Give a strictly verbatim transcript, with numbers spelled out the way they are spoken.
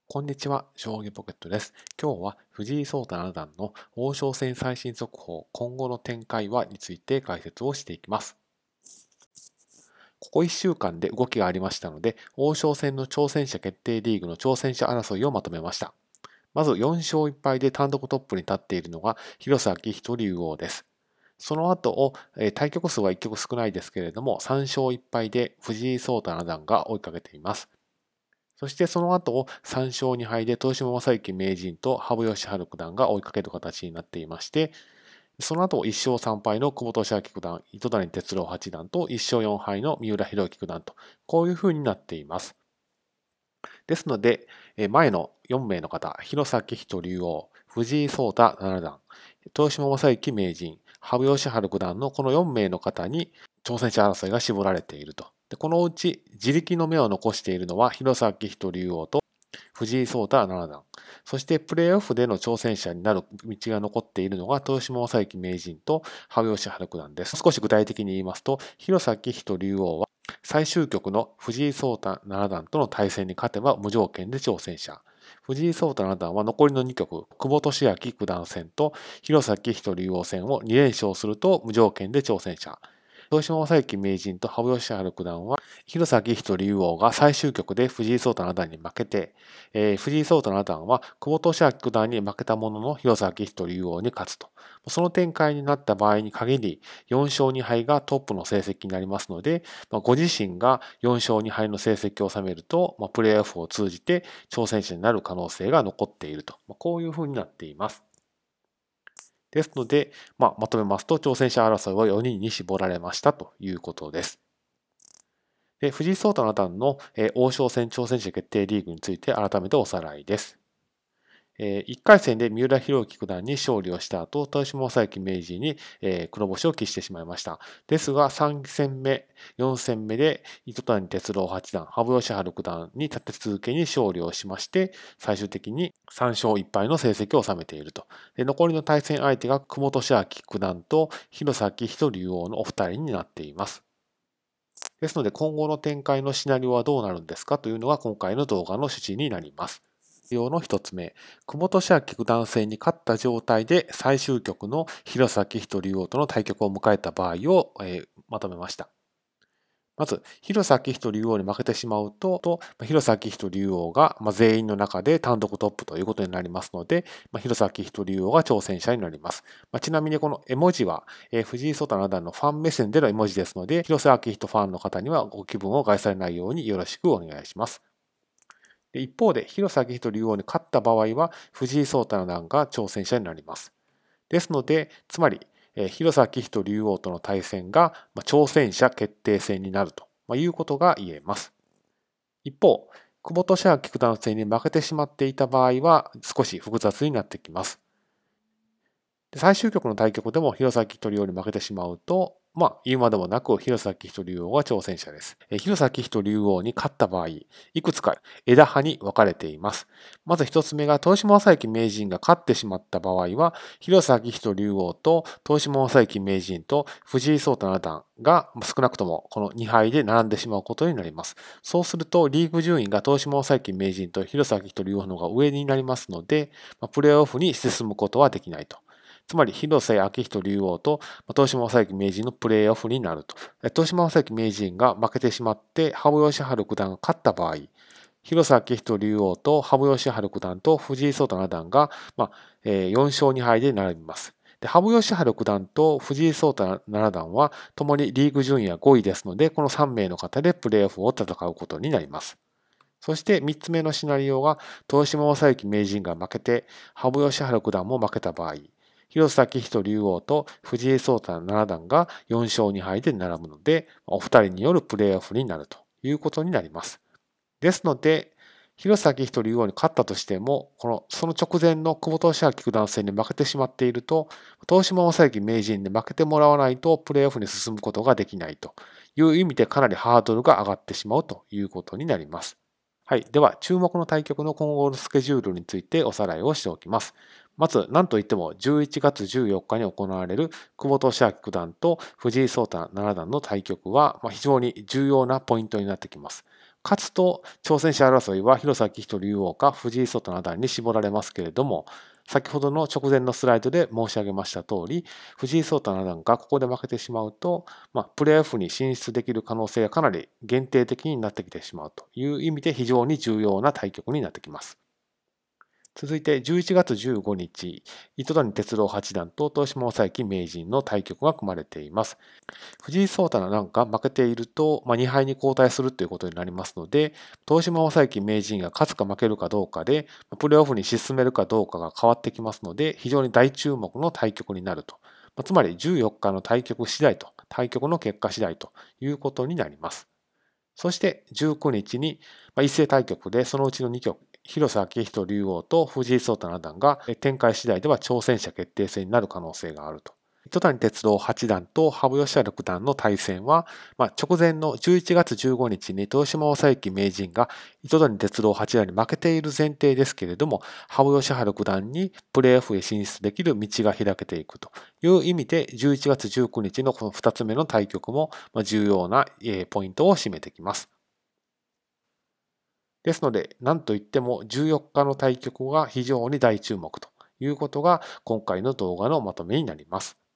こんにちは、将棋ポケットです。今日は藤井聡太七段の王将戦最新速報、今後の展開はについて解説をしていきます。ここいっしゅうかんで動きがありましたので、王将戦の挑戦者決定リーグの挑戦者争いをまとめました。まずよん勝いっ敗で単独トップに立っているのが広瀬章人竜王です。その後を、えー対局数はいっきょく少ないですけれども、さん勝いっ敗で藤井聡太七段が追いかけています。そしてその後をさん勝に敗で豊島将之名人と羽生善治九段が追いかける形になっていまして、その後いっ勝さん敗の久保利明九段、糸谷哲郎八段といっ勝よん敗の三浦弘之九段と、こういう風になっています。ですので、前のよん名の方、広瀬章人竜王、藤井聡太七段、豊島将之名人、羽生善治九段のこのよん名の方に挑戦者争いが絞られていると。でこのうち自力の目を残しているのは広瀬章人竜王と藤井聡太七段。そしてプレーオフでの挑戦者になる道が残っているのが豊島将之名人と羽生善治九段です。少し具体的に言いますと、広瀬章人竜王は最終局の藤井聡太七段との対戦に勝てば無条件で挑戦者。藤井聡太七段は残りのに局、久保利明九段戦と広瀬章人竜王戦をに連勝すると無条件で挑戦者。豊島将之名人と羽生善治九段は、広瀬章人竜王が最終局で藤井聡太七段に負けて、えー、藤井聡太七段は久保利明九段に負けたものの広瀬章人竜王に勝つと。その展開になった場合に限り、よん勝に敗がトップの成績になりますので、まあ、ご自身がよん勝に敗の成績を収めると、まあ、プレーオフを通じて挑戦者になる可能性が残っていると。まあ、こういうふうになっています。ですので、まあ、まとめますと、挑戦者争いはよにんに絞られましたということです。で藤井聡太七段の、えー、王将戦挑戦者決定リーグについて改めておさらいです。えー、いっかい戦で三浦弘樹九段に勝利をした後、豊島将之名人に、えー、黒星を喫してしまいました。ですが、さん戦目、よん戦目で糸谷哲郎八段、羽生善治九段に立て続けに勝利をしまして、最終的にさん勝いっ敗の成績を収めていると。で残りの対戦相手が久保利明九段と広瀬章人竜王のお二人になっています。ですので、今後の展開のシナリオはどうなるんですかというのが今回の動画の趣旨になります。用の一つ目、久保利明九段戦に勝った状態で最終局の広瀬章人竜王との対局を迎えた場合を、えー、まとめました。まず、広瀬章人竜王に負けてしまうと、と広瀬章人竜王が、まあ、全員の中で単独トップということになりますので、まあ、広瀬章人竜王が挑戦者になります。まあ、ちなみにこの絵文字は、えー、藤井聡太七段のファン目線での絵文字ですので、広瀬章人ファンの方にはご気分を害されないようによろしくお願いします。で一方で、広瀬章人竜王に勝った場合は、藤井聡太七段が挑戦者になります。ですので、つまり、広瀬章人竜王との対戦が挑戦者決定戦になるということが言えます。一方、久保利明九段戦に負けてしまっていた場合は少し複雑になってきます。最終局の対局でも広瀬章人竜王に負けてしまうと、まあ、言うまでもなく広瀬章人竜王が挑戦者です。広瀬章人竜王に勝った場合、いくつか枝葉に分かれています。まず一つ目が、豊島将之名人が勝ってしまった場合は、広瀬章人竜王と豊島将之名人と藤井聡太七段が少なくともこのに敗で並んでしまうことになります。そうすると、リーグ順位が豊島将之名人と広瀬章人竜王の方が上になりますので、プレーオフに進むことはできないと。つまり、広瀬章人竜王と豊島将之名人のプレーオフになると。豊島将之名人が負けてしまって、羽生善治九段が勝った場合、広瀬章人竜王と羽生善治九段と藤井聡太七段が、まあ、よん勝に敗で並びます。で羽生善治九段と藤井聡太七段は、ともにリーグ順位はごいですので、このさん名の方でプレーオフを戦うことになります。そしてみっつめのシナリオが、豊島将之名人が負けて、羽生善治九段も負けた場合、広瀬章人竜王と藤井聡太七段がよん勝に敗で並ぶので、お二人によるプレーオフになるということになります。ですので、広瀬章人竜王に勝ったとしても、このその直前の久保利明九段戦に負けてしまっていると、豊島将之名人で負けてもらわないとプレーオフに進むことができないという意味で、かなりハードルが上がってしまうということになります。はい。では、注目の対局の今後のスケジュールについておさらいをしておきます。まず、何といってもじゅういちがつじゅうよっかに行われる久保利明九段と藤井聡太七段の対局は非常に重要なポイントになってきます。 勝つと挑戦者争いは弘前人竜王か藤井聡太七段に絞られますけれども、先ほどの直前のスライドで申し上げました通り、藤井聡太七段がここで負けてしまうと、まあ、プレーオフに進出できる可能性がかなり限定的になってきてしまうという意味で非常に重要な対局になってきます。続いてじゅういちがつじゅうごにち、糸谷哲郎八段と豊島将之名人の対局が組まれています。藤井聡太七段が負けていると、まあ、にはいに後退するということになりますので、豊島将之名人が勝つか負けるかどうかで、プレーオフに進めるかどうかが変わってきますので、非常に大注目の対局になると。まあ、つまりじゅうよっかの対局次第と、対局の結果次第ということになります。そしてじゅうくにちに一斉対局でそのうちのにきょく、広瀬章人竜王と藤井聡太七段が展開次第では挑戦者決定戦になる可能性があると。糸谷哲郎八段と羽生善治九段の対戦は、まあ、直前のじゅういちがつじゅうごにちに豊島将之名人が糸谷哲郎八段に負けている前提ですけれども、羽生善治九段にプレーオフへ進出できる道が開けていくという意味で、じゅういちがつじゅうくにちのこのふたつめの対局も重要なポイントを占めてきます。ですので、何といってもじゅうよっかの対局が非常に大注目ということが今回の動画のまとめになります。